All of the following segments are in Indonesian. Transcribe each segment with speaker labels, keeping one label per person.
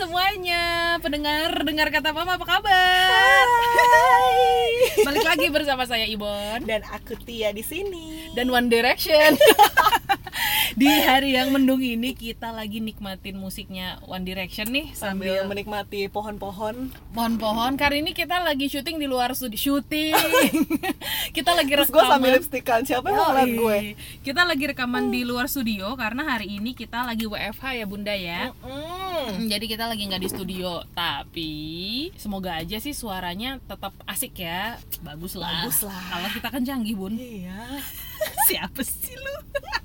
Speaker 1: semuanya, pendengar kata mama, apa kabar?
Speaker 2: Hai.
Speaker 1: Balik lagi bersama saya Ibon
Speaker 2: Dan aku Tia di sini.
Speaker 1: dan One Direction. Di hari yang mendung ini kita lagi nikmatin musiknya One Direction nih
Speaker 2: Sambil menikmati pohon-pohon.
Speaker 1: pohon-pohon. Kali ini kita lagi syuting di luar syuting. Kita lagi
Speaker 2: Terus gue sambil
Speaker 1: rekaman.
Speaker 2: lipstikan, siapa yang ngeliat gue?
Speaker 1: Kita lagi rekaman di luar studio karena hari ini kita lagi WFH ya Bunda ya. Jadi kita lagi nggak di studio, tapi semoga aja sih suaranya tetap asik ya. Bagus lah. Kalau kita kan canggih Bun.
Speaker 2: Iya.
Speaker 1: Siapa sih lu?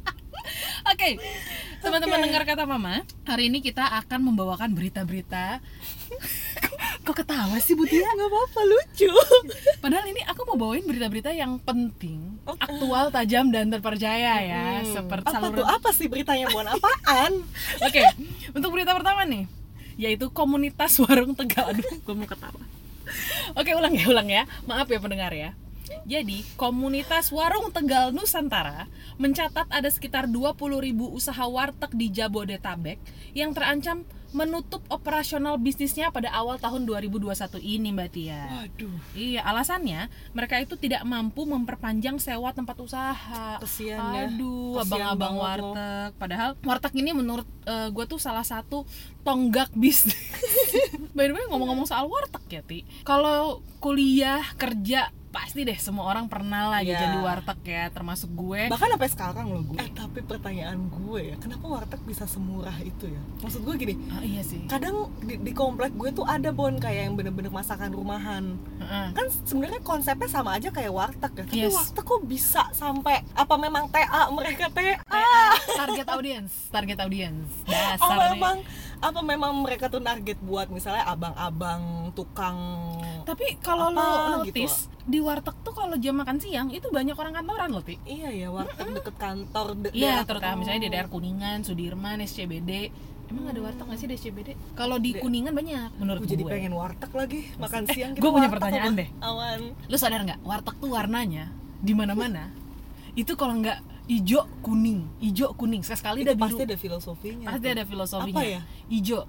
Speaker 1: Oke, teman-teman dengar kata mama. Hari ini kita akan membawakan berita-berita. Kok ketawa sih Bu Tia?
Speaker 2: Gak apa-apa, lucu.
Speaker 1: Padahal ini aku mau bawain berita-berita yang penting, aktual, tajam, dan terpercaya ya. Seperti
Speaker 2: Apa
Speaker 1: saluran.
Speaker 2: tuh? Apa sih beritanya, Bon? Apaan?
Speaker 1: Oke, untuk berita pertama nih, yaitu komunitas warung Tegal. Aduh, gue mau ketawa. Oke, ulang ya. Maaf ya pendengar ya. Jadi, komunitas warung Tegal Nusantara mencatat ada sekitar 20.000 usaha warteg di Jabodetabek yang terancam menutup operasional bisnisnya pada awal tahun 2021 ini Mbak Tia.
Speaker 2: Waduh.
Speaker 1: Iya, alasannya mereka itu tidak mampu memperpanjang sewa tempat usaha.
Speaker 2: Kesian ya.
Speaker 1: Aduh,
Speaker 2: Kesian
Speaker 1: abang-abang
Speaker 2: banget
Speaker 1: warteg. Padahal warteg ini menurut gue tuh salah satu tonggak bisnis. By the way, ngomong-ngomong soal warteg ya, Ti. Kalau kuliah, kerja, pasti deh semua orang pernah lah
Speaker 2: Iya.
Speaker 1: jadi warteg ya, termasuk gue.
Speaker 2: Bahkan sampai sekarang loh gue. Tapi pertanyaan gue ya, kenapa warteg bisa semurah itu ya? Maksud gue gini,
Speaker 1: Iya sih.
Speaker 2: kadang di komplek gue tuh ada Bon kayak yang bener-bener masakan rumahan. Kan sebenarnya konsepnya sama aja kayak warteg ya. Tapi
Speaker 1: Yes.
Speaker 2: warteg kok bisa sampai apa memang TA mereka TA?
Speaker 1: Target audience
Speaker 2: Oh
Speaker 1: dasar
Speaker 2: memang apa memang mereka tuh target buat misalnya abang-abang tukang.
Speaker 1: Tapi kalau
Speaker 2: Apa
Speaker 1: lo notice di warteg tuh kalau jam makan siang itu banyak orang kantoran loh, Ti.
Speaker 2: Iya ya, warteg deket kantor.
Speaker 1: Iya, terutama misalnya di daerah Kuningan, Sudirman, SCBD. Emang ada warteg nggak sih di SCBD? Kalau di Kuningan banyak menurut
Speaker 2: Gue jadi
Speaker 1: gue.
Speaker 2: pengen warteg lagi makan siang.
Speaker 1: Gue punya
Speaker 2: warteg
Speaker 1: pertanyaan
Speaker 2: apa?
Speaker 1: deh.
Speaker 2: Awan.
Speaker 1: Lu sadar nggak warteg tuh warnanya di mana-mana itu kalau nggak hijau kuning sekali
Speaker 2: Itu
Speaker 1: ada
Speaker 2: pasti
Speaker 1: biru.
Speaker 2: ada filosofinya.
Speaker 1: Pasti
Speaker 2: tuh.
Speaker 1: ada filosofinya.
Speaker 2: Apa ya?
Speaker 1: Hijau.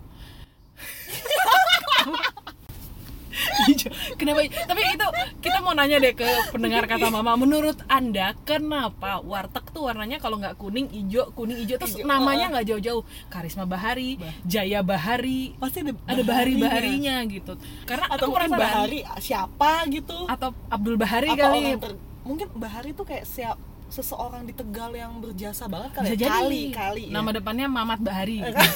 Speaker 1: Hijau. Kenapa? Tapi itu kita mau nanya deh ke pendengar kata mama. Menurut Anda kenapa warteg tuh warnanya kalau nggak kuning hijau terus
Speaker 2: Hijau.
Speaker 1: namanya nggak jauh-jauh Karisma Bahari, Jaya Bahari,
Speaker 2: Pasti
Speaker 1: ada bahari-baharinya gitu. Karena
Speaker 2: atau
Speaker 1: aku
Speaker 2: mungkin
Speaker 1: penasaran.
Speaker 2: Bahari siapa gitu.
Speaker 1: Atau Abdul Bahari
Speaker 2: Apa
Speaker 1: kali.
Speaker 2: mungkin Bahari tuh kayak seseorang di Tegal yang berjasa banget kali.
Speaker 1: Bisa
Speaker 2: ya?
Speaker 1: jadi.
Speaker 2: Kali ya.
Speaker 1: Nama depannya Mamat Bahari.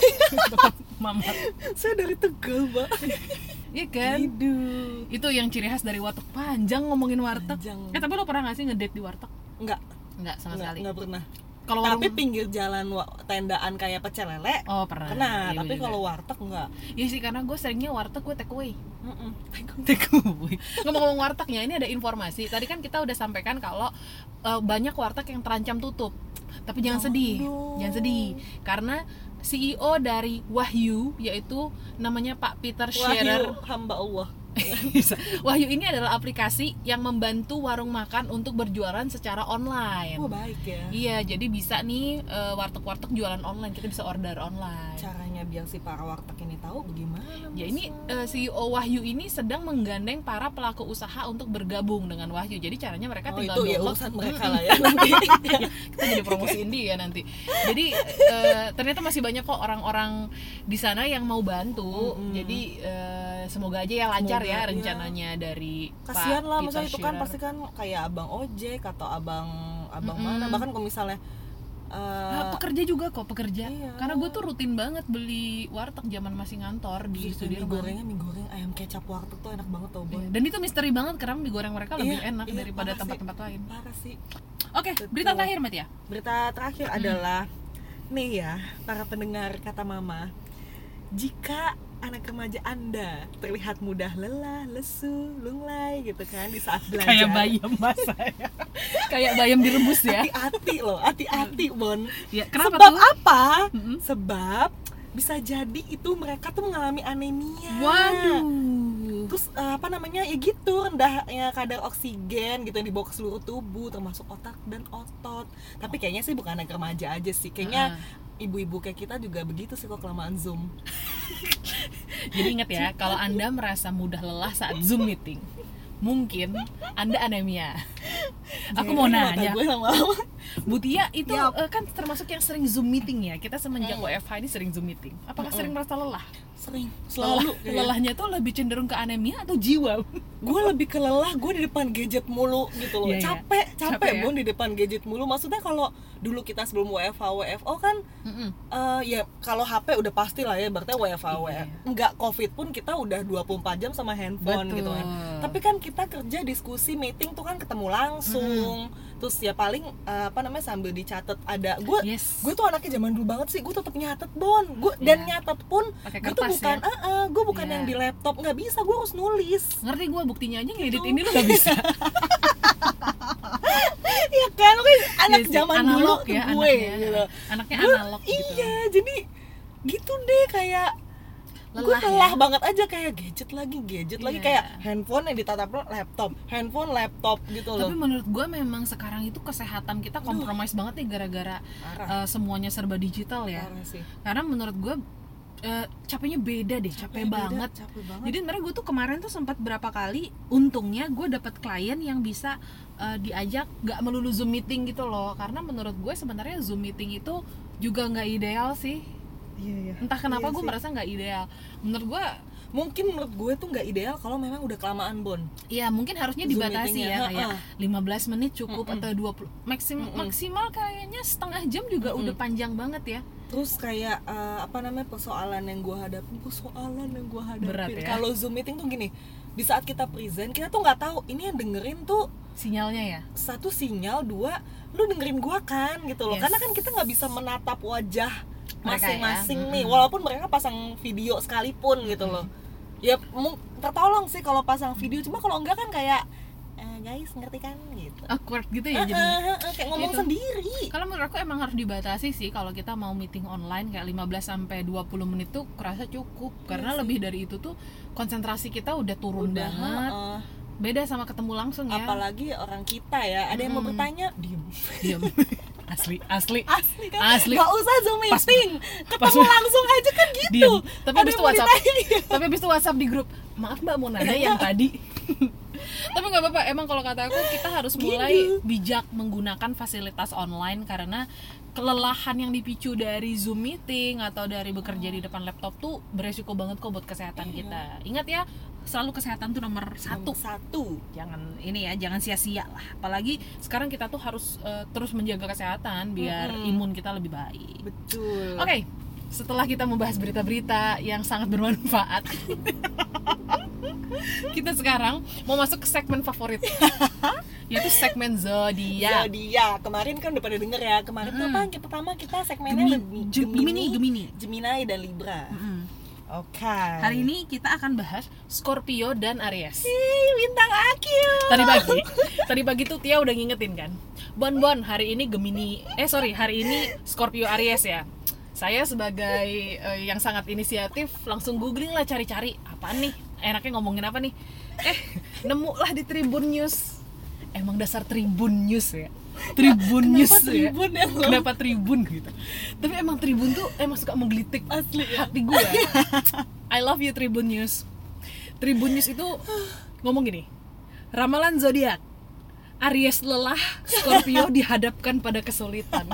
Speaker 1: Mamat.
Speaker 2: Saya dari Tegal, Mbak.
Speaker 1: Iya kan?
Speaker 2: Hidup.
Speaker 1: Itu yang ciri khas dari warteg. Panjang ngomongin warteg.
Speaker 2: Panjang.
Speaker 1: Tapi lo pernah gak sih ngedate di warteg?
Speaker 2: Enggak,
Speaker 1: Enggak sama sekali.
Speaker 2: enggak pernah.
Speaker 1: Kalau
Speaker 2: Tapi
Speaker 1: warung
Speaker 2: pinggir jalan tendaan kayak pecel lele.
Speaker 1: Oh, pernah. Iya,
Speaker 2: Tapi
Speaker 1: gue
Speaker 2: kalau
Speaker 1: juga.
Speaker 2: warteg enggak.
Speaker 1: Iya sih, karena gue seringnya warteg gue take away.
Speaker 2: Heeh.
Speaker 1: Take away. Ngomong-ngomong wartegnya, ini ada informasi. Tadi kan kita udah sampaikan kalau banyak warteg yang terancam tutup. Tapi jangan sedih.
Speaker 2: dong.
Speaker 1: Jangan sedih. Karena CEO dari Wahyu, yaitu namanya Pak Peter Scherer.
Speaker 2: Wahyu hamba Allah.
Speaker 1: Wahyu ini adalah aplikasi yang membantu warung makan untuk berjualan secara online.
Speaker 2: Oh, baik ya.
Speaker 1: Iya, jadi bisa nih warteg-warteg jualan online, kita bisa order online.
Speaker 2: Caranya biar si para warteg ini tahu bagaimana?
Speaker 1: Ya ini CEO Wahyu ini sedang menggandeng para pelaku usaha untuk bergabung dengan Wahyu. Jadi caranya mereka tinggal
Speaker 2: itu ya
Speaker 1: download.
Speaker 2: urusan mereka lah ya nanti.
Speaker 1: Kita jadi promosiin dia nanti. Jadi ternyata masih banyak kok orang-orang di sana yang mau bantu. Jadi semoga aja ya lancar
Speaker 2: Semoga,
Speaker 1: ya rencananya dari
Speaker 2: Kasihan
Speaker 1: Pak
Speaker 2: lah,
Speaker 1: Peter
Speaker 2: misalnya itu kan
Speaker 1: Scherer.
Speaker 2: pasti kan kayak abang ojek atau abang mana, bahkan kalau misalnya
Speaker 1: Pekerja juga kok, pekerja.
Speaker 2: Iya.
Speaker 1: Karena gue tuh rutin banget beli warteg zaman masih ngantor di
Speaker 2: mie
Speaker 1: Sudirman.
Speaker 2: goreng ayam kecap warteg tuh enak banget tau, Bon.
Speaker 1: Iya, dan itu misteri banget karena mie goreng mereka lebih enak
Speaker 2: Iya,
Speaker 1: daripada
Speaker 2: parah sih.
Speaker 1: tempat-tempat lain.
Speaker 2: Parah sih.
Speaker 1: Oke, berita terakhir Mat ya.
Speaker 2: Berita terakhir adalah nih ya, para pendengar kata mama. Jika anak remaja Anda terlihat mudah lelah, lesu, lunglai gitu kan di saat belajar.
Speaker 1: Kayak bayam masa ya. Kayak bayam direbus ya.
Speaker 2: Hati-hati loh, hati-hati, Bon.
Speaker 1: Ya, kenapa
Speaker 2: Sebab
Speaker 1: tuh?
Speaker 2: apa?
Speaker 1: Mm-mm.
Speaker 2: Sebab bisa jadi itu mereka tuh mengalami anemia.
Speaker 1: Waduh.
Speaker 2: Terus apa namanya ya gitu, rendahnya kadar oksigen gitu yang dibawa ke seluruh tubuh termasuk otak dan otot. Tapi kayaknya sih bukan anak remaja aja sih, kayaknya ibu-ibu kayak kita juga begitu sih kok kelamaan Zoom.
Speaker 1: Jadi ingat ya, kalau Anda merasa mudah lelah saat Zoom meeting, mungkin Anda anemia. Aku mau nanya,
Speaker 2: gue lama-lama.
Speaker 1: Bu Tia itu kan termasuk yang sering Zoom meeting ya. Kita semenjak WFH ini sering Zoom meeting. Apakah sering merasa lelah?
Speaker 2: Sering, selalu.
Speaker 1: Lelahnya tuh lebih cenderung ke anemia atau jiwa?
Speaker 2: Gue lebih ke lelah, gue di depan gadget mulu gitu loh.
Speaker 1: Iya,
Speaker 2: capek
Speaker 1: ya?
Speaker 2: Bon di depan gadget mulu. Maksudnya kalau dulu kita sebelum WFO kan ya kalau HP udah pasti lah ya, berarti WFO. Enggak Covid pun kita udah 24 jam sama handphone.
Speaker 1: Betul.
Speaker 2: Gitu kan. Tapi kan kita kerja diskusi meeting tuh kan ketemu langsung. Terus ya paling sambil dicatat ada gue tuh anaknya zaman dulu banget sih, gue tetap nyatet Bon. Dan nyatet pun gue tuh bukan gue bukan yang di laptop, nggak bisa, gue harus nulis.
Speaker 1: Ngerti gue, buktinya aja ngedit ini lo nggak bisa.
Speaker 2: Ya kan, lo kan anak zaman
Speaker 1: analog
Speaker 2: dulu
Speaker 1: ya,
Speaker 2: gue
Speaker 1: anaknya,
Speaker 2: gitu.
Speaker 1: Anaknya analog gitu.
Speaker 2: Iya, jadi gitu deh, kayak gue lelah banget aja, kayak gadget lagi kayak handphone yang ditatap handphone laptop gitu loh.
Speaker 1: Tapi menurut gue memang sekarang itu kesehatan kita kompromis banget nih gara-gara semuanya serba digital ya. Karena menurut gue capeknya beda deh, capek banget. Jadi sebenarnya gue tuh kemarin tuh sempat berapa kali, untungnya gue dapat klien yang bisa diajak nggak melulu Zoom meeting gitu loh. Karena menurut gue sebenarnya Zoom meeting itu juga nggak ideal sih.
Speaker 2: Iya.
Speaker 1: Entah kenapa gue merasa nggak ideal. Menurut gue
Speaker 2: tuh nggak ideal kalau memang udah kelamaan Bon.
Speaker 1: Iya, mungkin harusnya dibatasi ya, kayak 15 menit cukup atau 20 maksimal kayaknya setengah jam juga udah panjang banget ya.
Speaker 2: Terus kayak persoalan yang gue hadapin
Speaker 1: berat ya.
Speaker 2: Kalau Zoom meeting tuh gini, di saat kita present kita tuh nggak tahu ini yang dengerin tuh
Speaker 1: sinyalnya ya.
Speaker 2: Satu, sinyal, dua, lu dengerin gue kan gitu loh. Karena kan kita nggak bisa menatap wajah masing-masing nih, walaupun mereka pasang video sekalipun gitu loh. Ya tertolong sih kalau pasang video, cuma kalau enggak kan kayak guys ngerti kan gitu,
Speaker 1: awkward gitu ya jadinya.
Speaker 2: Kayak ngomong gitu sendiri.
Speaker 1: Kalau menurut aku emang harus dibatasi sih, kalau kita mau meeting online kayak 15 sampai 20 menit tuh kerasa cukup. Karena lebih dari itu tuh konsentrasi kita udah turun banget. Beda sama ketemu langsung ya.
Speaker 2: Apalagi orang kita ya, ada yang mau bertanya, diem.
Speaker 1: Asli kan?
Speaker 2: Gak usah Zoom meeting, ketemu langsung aja kan gitu.
Speaker 1: Diem. Tapi habis itu WhatsApp di grup, maaf mbak mau nanya yang tadi. Tapi nggak apa-apa, emang kalau kata aku kita harus mulai bijak menggunakan fasilitas online, karena kelelahan yang dipicu dari Zoom meeting atau dari bekerja di depan laptop tuh beresiko banget kok buat kesehatan kita. Ingat ya, selalu kesehatan tuh nomor satu. Jangan sia-sia lah. Apalagi sekarang kita tuh harus terus menjaga kesehatan biar imun kita lebih baik.
Speaker 2: Betul.
Speaker 1: Oke, setelah kita membahas berita-berita yang sangat bermanfaat, kita sekarang mau masuk ke segmen favorit, yaitu segmen zodiak.
Speaker 2: Kemarin kan udah pada denger ya. Kemarin tuh apa? Pertama kita segmennya Gemini dan Libra. Oke.
Speaker 1: Hari ini kita akan bahas Scorpio dan Aries.
Speaker 2: Bintang aku.
Speaker 1: Tadi pagi tuh Tia udah ngingetin kan, Bon, hari ini hari ini Scorpio Aries ya. Saya sebagai yang sangat inisiatif langsung googling lah, cari-cari apaan nih, enaknya ngomongin apa nih. Nemu lah di Tribun News. Emang dasar Tribun News ya. Tribun News ya. Kenapa Tribun gitu. Tapi emang Tribun tuh emang suka menggelitik asli ya, hati gue. I love you Tribun News. Tribun News itu ngomong gini, ramalan zodiak, Aries lelah, Scorpio dihadapkan pada kesulitan.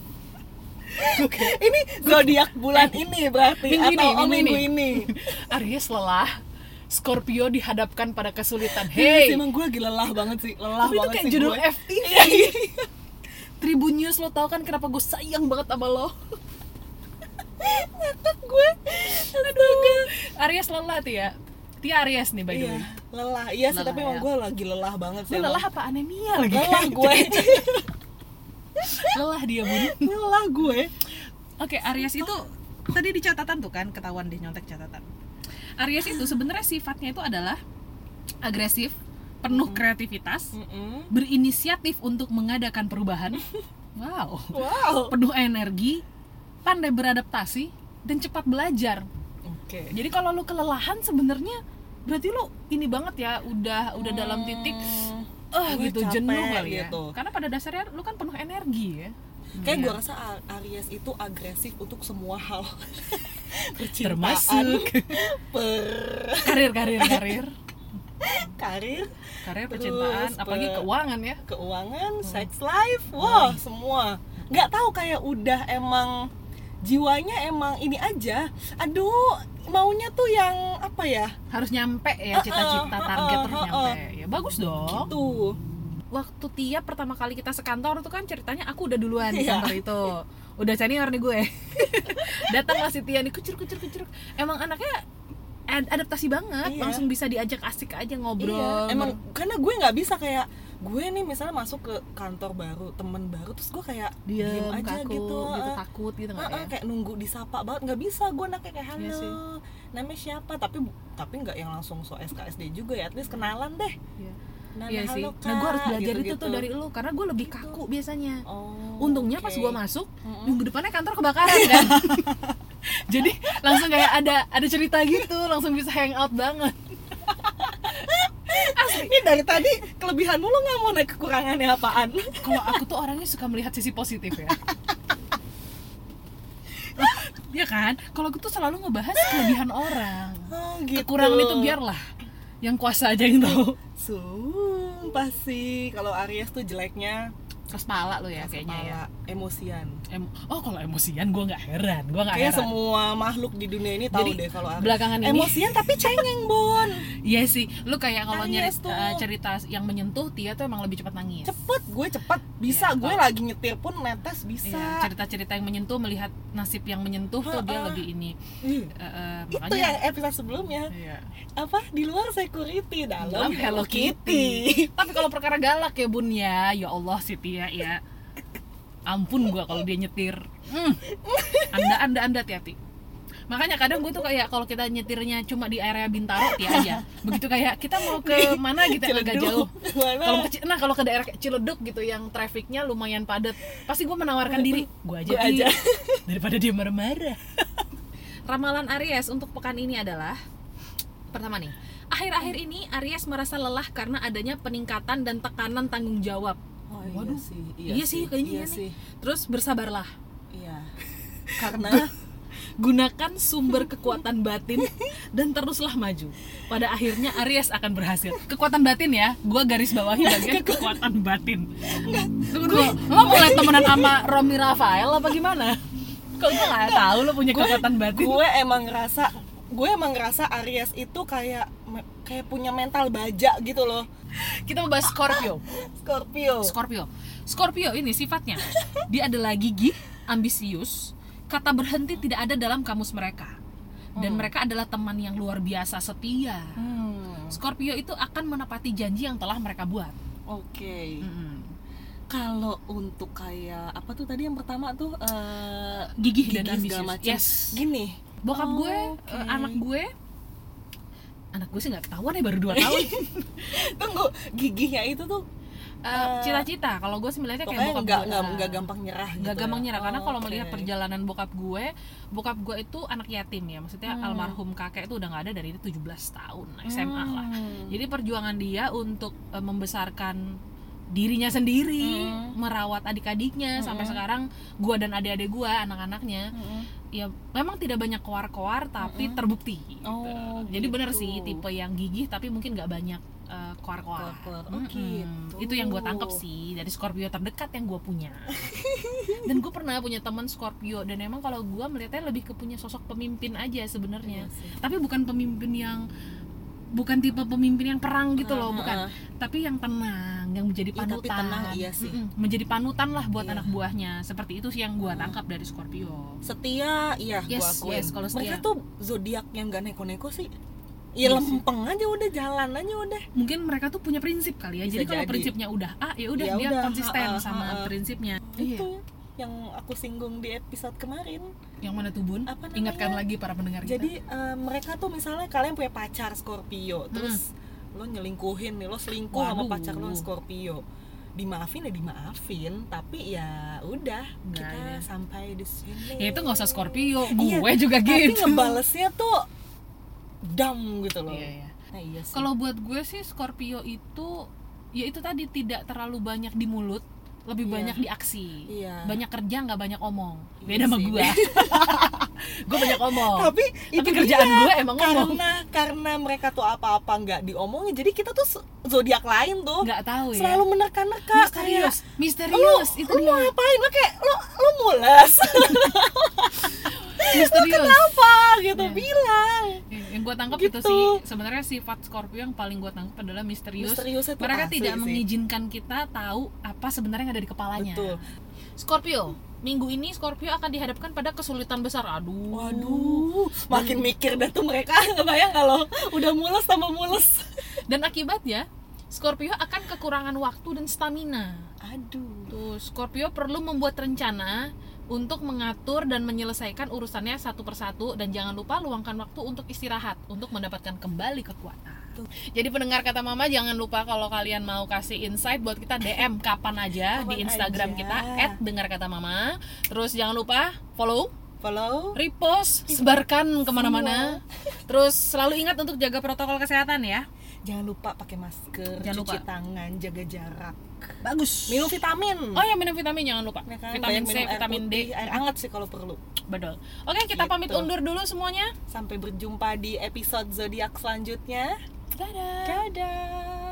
Speaker 2: Ini zodiak bulan ini berarti minggu ini.
Speaker 1: Aries lelah, Scorpio dihadapkan pada kesulitan.
Speaker 2: Hey, emang gue lagi lelah banget sih.
Speaker 1: Tapi itu kayak judul FTV. Tribun News, lo tau kan kenapa gue sayang banget sama lo.
Speaker 2: Ngakak gue.
Speaker 1: Aduh. Aries lelah Tia Aries nih by the way.
Speaker 2: Lelah. Iya sih, tapi emang gue lagi lelah banget sih.
Speaker 1: Lo lelah apa anemia lagi?
Speaker 2: Lelah gue.
Speaker 1: Lelah dia Bun.
Speaker 2: Lelah gue.
Speaker 1: Oke, Aries itu tadi di catatan tuh kan, ketahuan deh nyontek catatan. Aries itu sebenarnya sifatnya itu adalah agresif, penuh kreativitas, berinisiatif untuk mengadakan perubahan. Wow. Penuh energi, pandai beradaptasi, dan cepat belajar.
Speaker 2: Oke.
Speaker 1: Jadi kalau lu kelelahan sebenarnya berarti lu ini banget ya, udah dalam titik gitu, jenuh kali ya. Karena pada dasarnya lu kan penuh energi ya.
Speaker 2: Kayak
Speaker 1: Iya.
Speaker 2: gue rasa Aries itu agresif untuk semua hal. Percintaan,
Speaker 1: Termasuk karir
Speaker 2: karir,
Speaker 1: karir,
Speaker 2: terus,
Speaker 1: percintaan, apalagi keuangan ya.
Speaker 2: keuangan, sex life, wah semua. Nggak tahu kayak udah emang jiwanya emang ini aja. Aduh, maunya tuh yang apa ya?
Speaker 1: Harus nyampe ya cita-cita, target harus nyampe. Ya bagus dong.
Speaker 2: Tuh.
Speaker 1: Waktu Tia pertama kali kita sekantor tuh kan ceritanya aku udah duluan di
Speaker 2: Iya.
Speaker 1: kantor itu. Udah senior nih gue. Datang si Tia nih kucur. Emang anaknya adaptasi banget,
Speaker 2: Iya.
Speaker 1: langsung bisa diajak asik aja ngobrol.
Speaker 2: Iya, emang karena gue nggak bisa kayak gue nih misalnya masuk ke kantor baru, temen baru, terus gue kayak diem aja
Speaker 1: kaku,
Speaker 2: gitu,
Speaker 1: takut gitu nggak ya?
Speaker 2: kayak nunggu disapa banget, nggak bisa. Gue anaknya kayak halo,
Speaker 1: Iya sih.
Speaker 2: namanya siapa, tapi nggak yang langsung so SKSD juga ya, at least kenalan deh.
Speaker 1: Iya.
Speaker 2: Nana,
Speaker 1: Iya sih.
Speaker 2: halo,
Speaker 1: Nah gue harus
Speaker 2: Kak,
Speaker 1: belajar itu
Speaker 2: gitu-gitu.
Speaker 1: tuh dari lu karena gue lebih kaku biasanya.
Speaker 2: Oh,
Speaker 1: Untungnya pas
Speaker 2: oke.
Speaker 1: gue masuk minggu depannya kantor kebakaran kan. Jadi langsung kayak ada cerita gitu, langsung bisa hangout banget.
Speaker 2: Ini dari tadi kelebihan mulu, nggak mau naik kekurangannya apaan?
Speaker 1: Kalau aku tuh orangnya suka melihat sisi positif ya. Iya kan? Kalau aku tuh selalu ngebahas kelebihan orang.
Speaker 2: Oh, gitu.
Speaker 1: Kekurangan itu biarlah yang kuasa aja yang tahu.
Speaker 2: Sumpah sih, kalau Aries tuh jeleknya
Speaker 1: Keras pala lo ya kayaknya ya.
Speaker 2: kepala, emosian.
Speaker 1: Oh kalau emosian gue nggak heran,
Speaker 2: Kayak semua makhluk di dunia ini tahu
Speaker 1: Jadi,
Speaker 2: deh kalau Aries.
Speaker 1: belakangan ini-
Speaker 2: emosian tapi cengeng, Bon.
Speaker 1: Iya sih, lu kayak kalau
Speaker 2: Aries tuh.
Speaker 1: cerita yang menyentuh, Tia tuh emang lebih cepat nangis.
Speaker 2: Gue cepet bisa,
Speaker 1: Iya,
Speaker 2: gue
Speaker 1: kalau-
Speaker 2: lagi nyetir pun netes bisa.
Speaker 1: Iya, cerita-cerita yang menyentuh, melihat nasib yang menyentuh tuh dia lebih ini.
Speaker 2: Ih, itu
Speaker 1: Makanya
Speaker 2: yang episode sebelumnya.
Speaker 1: iya.
Speaker 2: Apa? Di luar security, dalam
Speaker 1: Dalam Hello Kitty. Tapi kalau perkara galak ya Bun ya Allah si Tia ya. Ampun gua kalau dia nyetir. Anda hati-hati. Makanya kadang gue tuh kayak kalau kita nyetirnya cuma di area Bintaro Tia aja. Begitu kayak kita mau ke mana gitu yang agak jauh.
Speaker 2: Mana?
Speaker 1: Kalau ke daerah kayak Ciledug gitu yang trafficnya lumayan padat, pasti gue menawarkan diri, gue aja,
Speaker 2: Gua aja.
Speaker 1: daripada dia marah-marah. Ramalan Aries untuk pekan ini adalah pertama nih, akhir-akhir ini Aries merasa lelah karena adanya peningkatan dan tekanan tanggung jawab.
Speaker 2: Oh,
Speaker 1: Waduh.
Speaker 2: iya
Speaker 1: Iya sih, kayaknya
Speaker 2: iya
Speaker 1: iya nih.
Speaker 2: sih.
Speaker 1: Terus bersabarlah,
Speaker 2: Iya. Karena
Speaker 1: gunakan sumber kekuatan batin dan teruslah maju. Pada akhirnya Aries akan berhasil. Kekuatan batin ya, gue garis bawahi bagian kekuatan batin. Tunggu, lo mulai temenan sama Romi Rafael apa gimana? Kok gue nggak tahu lo punya kekuatan batin?
Speaker 2: gue emang ngerasa Aries itu kayak punya mental baja gitu loh.
Speaker 1: Kita mau bahas Scorpio. Scorpio ini sifatnya dia adalah gigih, ambisius, kata berhenti tidak ada dalam kamus mereka. Dan mereka adalah teman yang luar biasa setia. Scorpio itu akan menepati janji yang telah mereka buat.
Speaker 2: Oke.
Speaker 1: Mm-mm.
Speaker 2: Kalau untuk kayak apa tuh tadi yang pertama tuh
Speaker 1: Gigih dan
Speaker 2: segala
Speaker 1: ambisius.
Speaker 2: macam.
Speaker 1: Yes.
Speaker 2: Gini,
Speaker 1: Bokap gue,
Speaker 2: oke.
Speaker 1: anak gue sih nggak ketahuan ya, baru 2 tahun.
Speaker 2: Tunggu, gigihnya itu tuh
Speaker 1: Cita-cita, kalau gue sih melihatnya kayak
Speaker 2: pokoknya
Speaker 1: bokap gue.
Speaker 2: nggak gampang nyerah gitu.
Speaker 1: Nggak gampang nyerah, karena kalau
Speaker 2: Oke.
Speaker 1: melihat perjalanan bokap gue itu anak yatim ya, maksudnya almarhum kakek itu udah nggak ada dari 17 tahun SMA lah. Jadi perjuangan dia untuk membesarkan dirinya sendiri, merawat adik-adiknya sampai sekarang gue dan adik-adik gue, anak-anaknya ya memang tidak banyak koar-koar tapi terbukti gitu. Jadi benar
Speaker 2: gitu.
Speaker 1: sih tipe yang gigih tapi mungkin nggak banyak koar-koar.
Speaker 2: Oh, gitu.
Speaker 1: Itu yang gue tangkep sih dari Scorpio terdekat yang gue punya. Dan gue pernah punya teman Scorpio, dan emang kalau gue melihatnya lebih ke punya sosok pemimpin aja sebenarnya.
Speaker 2: Iya sih.
Speaker 1: Tapi bukan pemimpin yang tipe pemimpin yang perang gitu loh, bukan. Tapi yang tenang, yang menjadi
Speaker 2: Iya, tapi
Speaker 1: panutan.
Speaker 2: tenang, iya sih.
Speaker 1: Menjadi panutan lah buat
Speaker 2: Iya.
Speaker 1: anak buahnya. Seperti itu sih yang gue tangkap dari Scorpio.
Speaker 2: Setia, iya,
Speaker 1: Yes,
Speaker 2: gua akuin.
Speaker 1: yes, kalau
Speaker 2: Mereka
Speaker 1: setia.
Speaker 2: tuh zodiak yang gak neko-neko sih. Ya
Speaker 1: Iya sih.
Speaker 2: lempeng aja udah, jalan aja udah.
Speaker 1: Mungkin mereka tuh punya prinsip kali ya.
Speaker 2: Bisa
Speaker 1: Jadi kalau
Speaker 2: jadi.
Speaker 1: prinsipnya udah A, ya udah
Speaker 2: Ya
Speaker 1: dia
Speaker 2: udah,
Speaker 1: konsisten sama
Speaker 2: ha.
Speaker 1: prinsipnya.
Speaker 2: Itu yang aku singgung di episode kemarin.
Speaker 1: Yang mana tuh Bun?
Speaker 2: Apa namanya?
Speaker 1: Ingatkan lagi para pendengar kita.
Speaker 2: Jadi mereka tuh misalnya kalian punya pacar Scorpio, terus lo nyelingkuhin nih, lo selingkuh sama
Speaker 1: Waduh.
Speaker 2: pacar lo yang Scorpio. Dimaafin ya dimaafin, tapi ya udah
Speaker 1: Nggak,
Speaker 2: kita
Speaker 1: ya.
Speaker 2: sampai di sini.
Speaker 1: Ya itu nggak usah Scorpio,
Speaker 2: Iya,
Speaker 1: gue juga
Speaker 2: tapi
Speaker 1: gitu.
Speaker 2: ngebalesnya tuh dam gitu loh.
Speaker 1: Iya, iya.
Speaker 2: Nah, iya sih.
Speaker 1: Kalau buat gue sih Scorpio itu ya itu tadi tidak terlalu banyak di mulut, lebih
Speaker 2: Iya.
Speaker 1: banyak di aksi.
Speaker 2: Iya.
Speaker 1: Banyak kerja nggak banyak omong.
Speaker 2: Iya
Speaker 1: Beda sama
Speaker 2: sih.
Speaker 1: gue. Gue banyak omong.
Speaker 2: Tapi itu
Speaker 1: kerjaan
Speaker 2: dia,
Speaker 1: gue emang ngomong.
Speaker 2: karena mereka tuh apa-apa nggak diomongin, jadi kita tuh zodiak lain tuh
Speaker 1: Nggak tahu ya.
Speaker 2: selalu menerka-nerka
Speaker 1: Misterius,
Speaker 2: kayak,
Speaker 1: misterius itu
Speaker 2: lu
Speaker 1: dia.
Speaker 2: mau ngapain, lo kayak lo mules.
Speaker 1: Misterius.
Speaker 2: Apa gitu,
Speaker 1: Iya.
Speaker 2: bilang
Speaker 1: Yang gue tangkap
Speaker 2: Gitu.
Speaker 1: itu sih sebenarnya sifat Scorpio yang paling gue tangkap adalah misterius.
Speaker 2: Misterius itu
Speaker 1: Mereka
Speaker 2: asli
Speaker 1: tidak
Speaker 2: sih.
Speaker 1: mengizinkan kita tahu apa sebenarnya yang ada di kepalanya.
Speaker 2: Betul.
Speaker 1: Scorpio, minggu ini Scorpio akan dihadapkan pada kesulitan besar. Aduh.
Speaker 2: Waduh, makin mikir dah tuh mereka. Kebayang kalau udah mules tambah mules.
Speaker 1: Dan akibatnya Scorpio akan kekurangan waktu dan stamina.
Speaker 2: Aduh.
Speaker 1: Tuh, Scorpio perlu membuat rencana untuk mengatur dan menyelesaikan urusannya satu persatu, dan jangan lupa luangkan waktu untuk istirahat untuk mendapatkan kembali kekuatan. Jadi pendengar kata mama, jangan lupa kalau kalian mau kasih insight buat kita DM kapan aja di
Speaker 2: Kapan
Speaker 1: Instagram
Speaker 2: aja.
Speaker 1: kita @dengarkatamama. Terus jangan lupa follow, repost, sebarkan kemana-mana. Terus selalu ingat untuk jaga protokol kesehatan ya.
Speaker 2: Jangan lupa pakai masker,
Speaker 1: Jangan
Speaker 2: cuci
Speaker 1: lupa.
Speaker 2: tangan, jaga jarak.
Speaker 1: Bagus.
Speaker 2: Minum vitamin.
Speaker 1: Oh ya, minum vitamin jangan lupa.
Speaker 2: Ya kan?
Speaker 1: Vitamin
Speaker 2: Banyak
Speaker 1: C,
Speaker 2: minum air
Speaker 1: vitamin D.
Speaker 2: putih, air hangat sih kalau perlu.
Speaker 1: Betul. Oke, kita pamit
Speaker 2: Gitu.
Speaker 1: undur dulu semuanya.
Speaker 2: Sampai berjumpa di episode zodiak selanjutnya.
Speaker 1: Dadah.
Speaker 2: Dadah.